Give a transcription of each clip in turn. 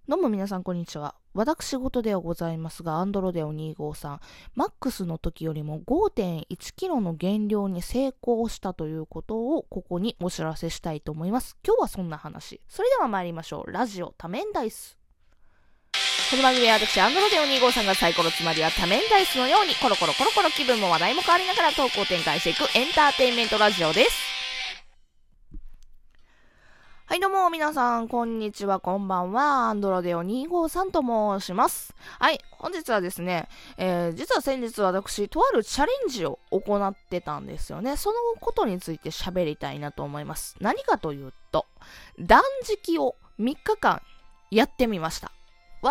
どうも皆さんこんにちは。私事ではございますが、アンドロデオ253、マックスの時よりも 5.1kg の減量に成功したということをここにお知らせしたいと思います。今日はそんな話。それでは参りましょう。ラジオ多面ダイス。この番組は私、アンドロデオ253がサイコロつまりは多面ダイスのようにコロコロコロコロ気分も話題も変わりながらトークを展開していくエンターテインメントラジオです。はいどうも皆さんこんにちはこんばんは。アンドロデオ253と申します。はい、本日はですね、実は先日私とあるチャレンジを行ってたんですよね。そのことについて喋りたいなと思います。何かというと、断食を3日間やってみました。わ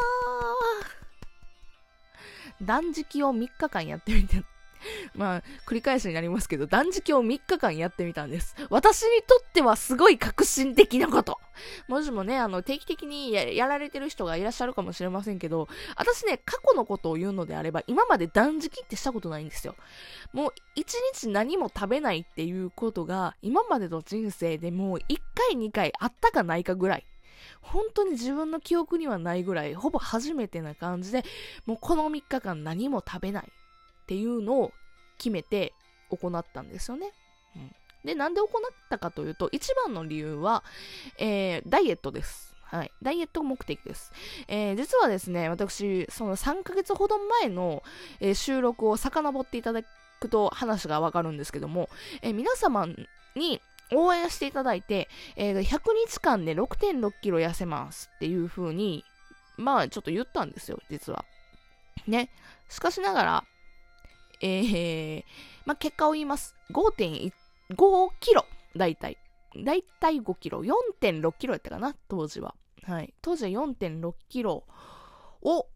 ー、断食を3日間やってみて繰り返しになりますけど、断食を3日間やってみたんです。私にとってはすごい革新的なこと。もしもね、定期的に やられてる人がいらっしゃるかもしれませんけど、私ね、過去のことを言うのであれば、今まで断食ってしたことないんですよ。もう、1日何も食べないっていうことが、今までの人生でもう1回2回あったかないかぐらい。本当に自分の記憶にはないぐらい、ほぼ初めてな感じで、もうこの3日間何も食べない。っていうのを決めて行ったんですよね。で、なんで行ったかというと、一番の理由は、ダイエットです。はい。ダイエット目的です。実はですね、私、その3ヶ月ほど前の、収録を遡っていただくと話がわかるんですけども、皆様に応援していただいて、100日間で 6.6 キロ痩せますっていう風に、ちょっと言ったんですよ、実は。ね。しかしながら、結果を言います。5.5 キロ。だいたい5キロ。4.6 キロやったかな当時は。はい。当時は 4.6 キロを、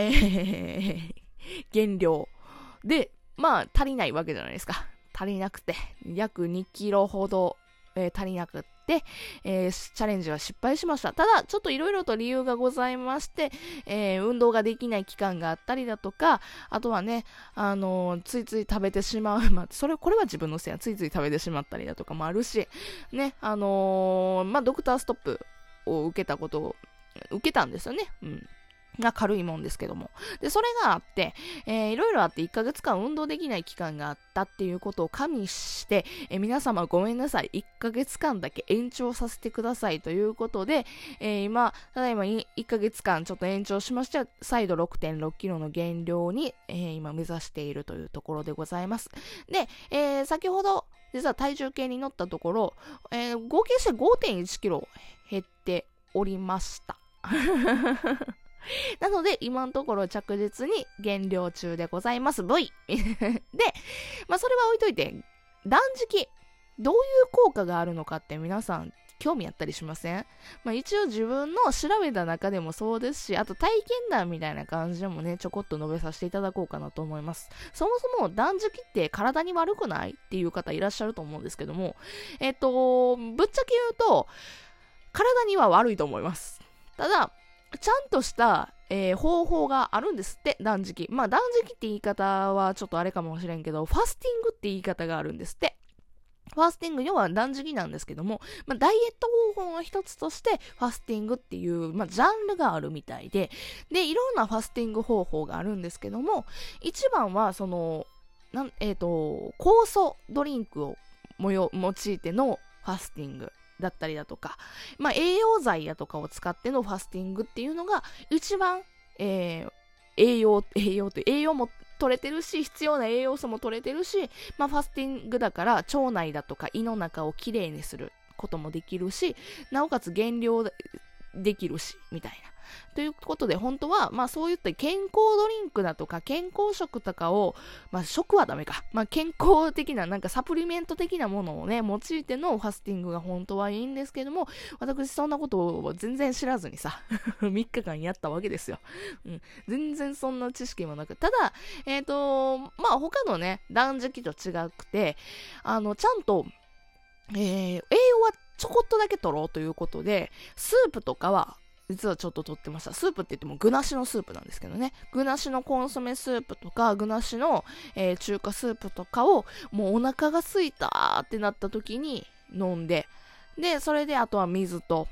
減量。で、足りないわけじゃないですか。足りなくて。約2キロほど、足りなくて、チャレンジは失敗しました。ただ、ちょっといろいろと理由がございまして、運動ができない期間があったりだとか、あとはね、ついつい食べてしまう、これは自分のせいや、ついつい食べてしまったりだとかもあるし、ね、ドクターストップを受けたんですよね。軽いもんですけども。で、それがあって、いろいろあって1ヶ月間運動できない期間があったっていうことを加味して、皆様ごめんなさい。1ヶ月間だけ延長させてくださいということで、ただいま1ヶ月間ちょっと延長しまして、再度 6.6 キロの減量に、今目指しているというところでございます。で、先ほど、実は体重計に乗ったところ、合計して 5.1 キロ減っておりました。なので、今のところ着実に減量中でございます。V で、それは置いといて、断食、どういう効果があるのかって皆さん、興味あったりしません？一応自分の調べた中でもそうですし、あと体験談みたいな感じでもね、ちょこっと述べさせていただこうかなと思います。そもそも断食って体に悪くないっていう方いらっしゃると思うんですけども、ぶっちゃけ言うと、体には悪いと思います。ただ、ちゃんとした、方法があるんですって、断食。断食って言い方はちょっとあれかもしれんけど、ファスティングって言い方があるんですって。ファスティング、要は断食なんですけども、ダイエット方法の一つとして、ファスティングっていう、ジャンルがあるみたいで、いろんなファスティング方法があるんですけども、一番は、酵素ドリンクを用いてのファスティング。だったりだとか、栄養剤やとかを使ってのファスティングっていうのが一番、栄養も取れてるし、必要な栄養素も取れてるし、ファスティングだから腸内だとか胃の中をきれいにすることもできるし、なおかつ減量できるし、みたいな。ということで、本当は、そういった健康ドリンクだとか、健康食とかを、食はダメか。健康的な、サプリメント的なものをね、用いてのファスティングが本当はいいんですけども、私そんなことを全然知らずにさ、3日間やったわけですよ。全然そんな知識もなく。ただ、他のね、断食と違くて、ちゃんと、栄養はちょこっとだけ取ろうということで、スープとかは、実はちょっと取ってました。スープって言っても具なしのスープなんですけどね。具なしのコンソメスープとか、具なしの、中華スープとかを、もうお腹が空いたってなった時に飲んで、で、それであとは水と、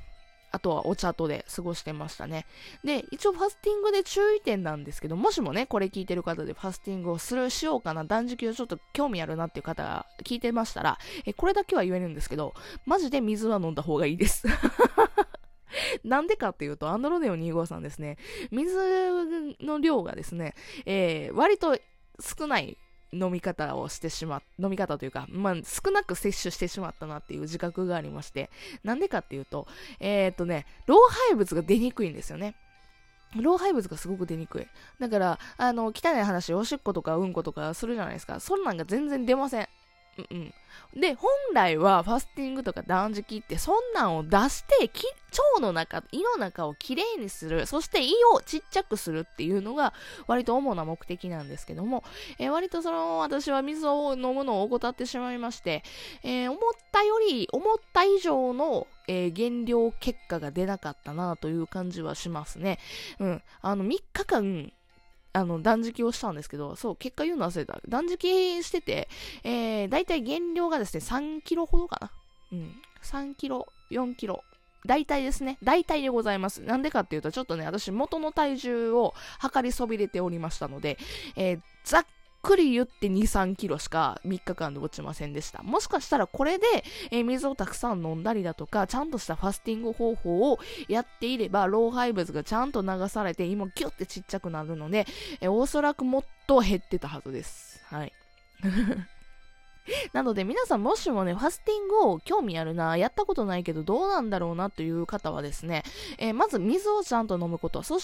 あとはお茶とで過ごしてましたね。で、一応ファスティングで注意点なんですけど、もしもね、これ聞いてる方でファスティングをしようかな、断食をちょっと興味あるなっていう方が聞いてましたら、これだけは言えるんですけど、マジで水は飲んだ方がいいです。なんでかっていうと、アンドロデオ2号さんですね、水の量がですね、割と少ない飲み方というか、少なく摂取してしまったなっていう自覚がありまして、なんでかっていうと、老廃物が出にくいんですよね。老廃物がすごく出にくい。だから、汚い話、おしっことかうんことかするじゃないですか。そんなんが全然出ません。で、本来はファスティングとか断食ってそんなんを出して胃の中をきれいにする、そして胃をちっちゃくするっていうのが割と主な目的なんですけども、割と私は水を飲むのを怠ってしまいまして、思った以上の、減量結果が出なかったなという感じはしますね。3日間断食をしたんですけど、そう、結果言うの忘れた。断食してて、だいたい減量がですね、3キロほどかな。3キロ、4キロ。大体ですね。大体でございます。なんでかっていうと、ちょっとね、私元の体重を測りそびれておりましたので、ざっくり言って2、3キロしか3日間で落ちませんでした。もしかしたらこれで、水をたくさん飲んだりだとか、ちゃんとしたファスティング方法をやっていれば、老廃物がちゃんと流されて、胃もギュッてちっちゃくなるので、おそらくもっと減ってたはずです。はい。なので皆さんもしもね、ファスティングを興味あるな、やったことないけどどうなんだろうなという方はですね、まず水をちゃんと飲むこと、そして、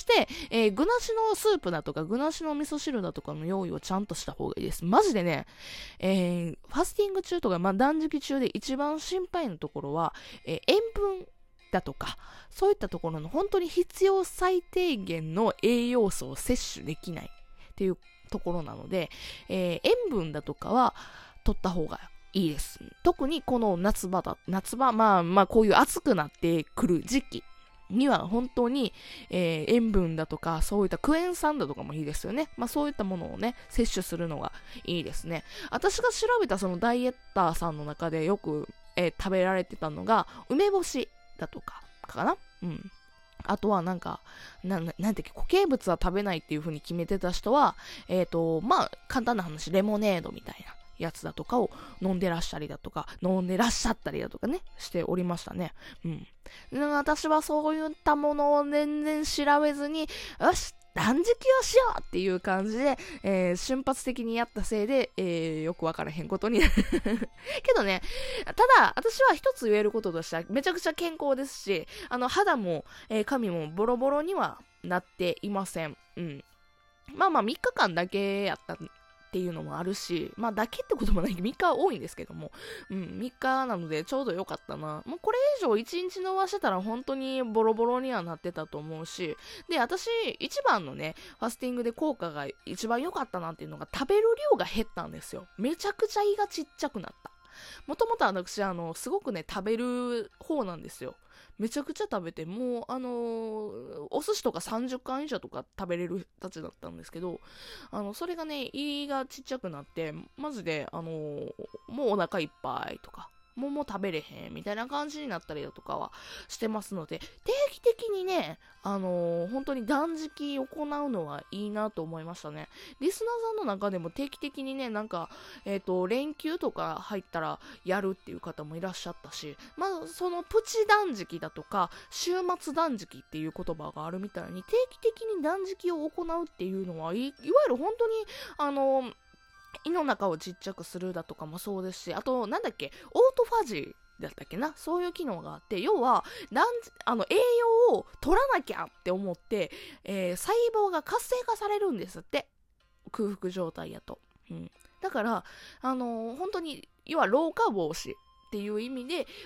具なしのスープだとか、具なしの味噌汁だとかの用意をちゃんとした方がいいです。マジでね、ファスティング中とか、断食中で一番心配なところは、塩分だとか、そういったところの本当に必要最低限の栄養素を摂取できないっていうところなので、塩分だとかは取った方がいいです。特にこの夏場、こういう暑くなってくる時期には本当に、塩分だとか、そういったクエン酸だとかもいいですよね。そういったものをね、摂取するのがいいですね。私が調べたそのダイエッターさんの中でよく、食べられてたのが、梅干しだとか、かな？あとはなんて固形物は食べないっていう風に決めてた人は、簡単な話、レモネードみたいなやつだとかを飲んでらっしゃったりだとかね、しておりましたね。私はそういったものを全然調べずに、よし、断食をしようっていう感じで、瞬発的にやったせいで、よくわからへんことになる。けどね、ただ、私は一つ言えることとしては、めちゃくちゃ健康ですし、肌も、髪もボロボロにはなっていません。3日間だけやったっていうのもあるし、だけってこともないけど、3日は多いんですけども、3日なのでちょうどよかったな。もうこれ以上1日伸ばしてたら本当にボロボロにはなってたと思うし、で、私、一番のね、ファスティングで効果が一番良かったなっていうのが、食べる量が減ったんですよ。めちゃくちゃ胃がちっちゃくなった。もともと私、すごくね、食べる方なんですよ。めちゃくちゃ食べて、もう、お寿司とか30貫以上とか食べれるたちだったんですけど、それがね、胃がちっちゃくなって、マジで、もうお腹いっぱいとか、もう食べれへんみたいな感じになったりだとかはしてますので、定期的にね、本当に断食行うのはいいなと思いましたね。リスナーさんの中でも定期的にね、連休とか入ったらやるっていう方もいらっしゃったし、そのプチ断食だとか、週末断食っていう言葉があるみたいに、定期的に断食を行うっていうのは、いわゆる本当に、胃の中をちっちゃくするだとかもそうですし、あと、オートファジーだったっけな、そういう機能があって、要は、栄養を取らなきゃって思って、細胞が活性化されるんですって。空腹状態やと。だから、本当に、要は老化防止っていう意味で、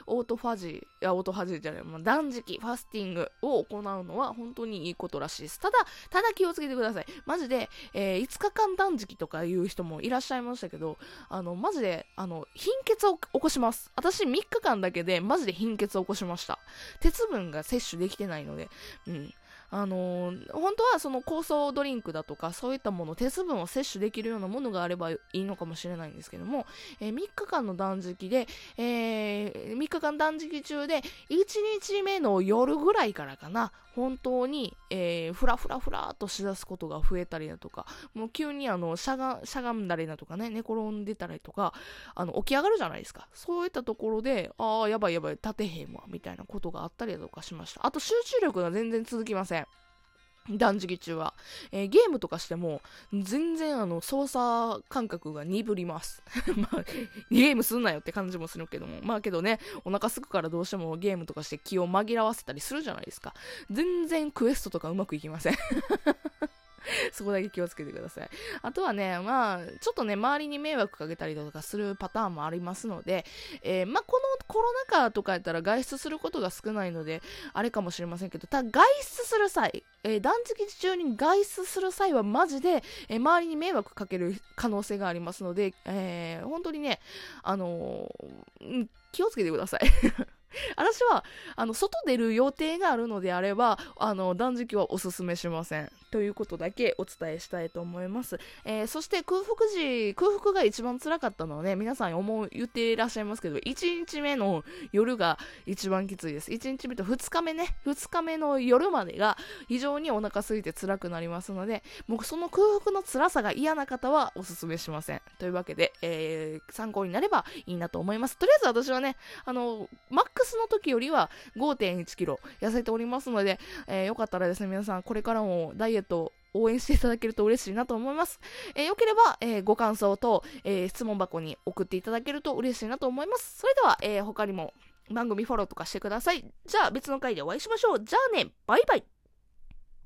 断食、ファスティングを行うのは本当にいいことらしいです。ただ気をつけてください。マジで、5日間断食とかいう人もいらっしゃいましたけど、マジで、貧血を起こします。私3日間だけでマジで貧血を起こしました。鉄分が摂取できてないので、 本当はその酵素ドリンクだとかそういったもの、鉄分を摂取できるようなものがあればいいのかもしれないんですけども、3日間の断食で、3日間断食中で1日目の夜ぐらいからかな、本当に、ふらっとしだすことが増えたりだとか、もう急にしゃがんだりだとかね、寝転んでたりとか、起き上がるじゃないですか。そういったところで、やばい、立てへんわ、みたいなことがあったりだとかしました。あと集中力が全然続きません。断食中は、ゲームとかしても全然操作感覚が鈍りますまあゲームすんなよって感じもするけども、まあけどね、お腹すくからどうしてもゲームとかして気を紛らわせたりするじゃないですか。全然クエストとかうまくいきませんそこだけ気をつけてください。あとはね、ちょっとね、周りに迷惑かけたりとかするパターンもありますので、このコロナ禍とかやったら外出することが少ないので、あれかもしれませんけど、外出する際、断食中に外出する際はマジで、周りに迷惑かける可能性がありますので、本当にね、気をつけてください私は外出る予定があるのであれば断食はおすすめしませんということだけお伝えしたいと思います。そして空腹が一番辛かったのはね、皆さん言っていらっしゃいますけど、1日目の夜が一番きついです。1日目と2日目の夜までが非常にお腹空いて辛くなりますので、もうその空腹の辛さが嫌な方はおすすめしませんというわけで、参考になればいいなと思います。とりあえず私はね、マックスの時よりは 5.1 キロ痩せておりますので、よかったらですね、皆さんこれからもダイエット応援していただけると嬉しいなと思います。よければ、ご感想と、質問箱に送っていただけると嬉しいなと思います。それでは、他にも番組フォローとかしてください。じゃあ別の回でお会いしましょう。じゃあね、バイバイ。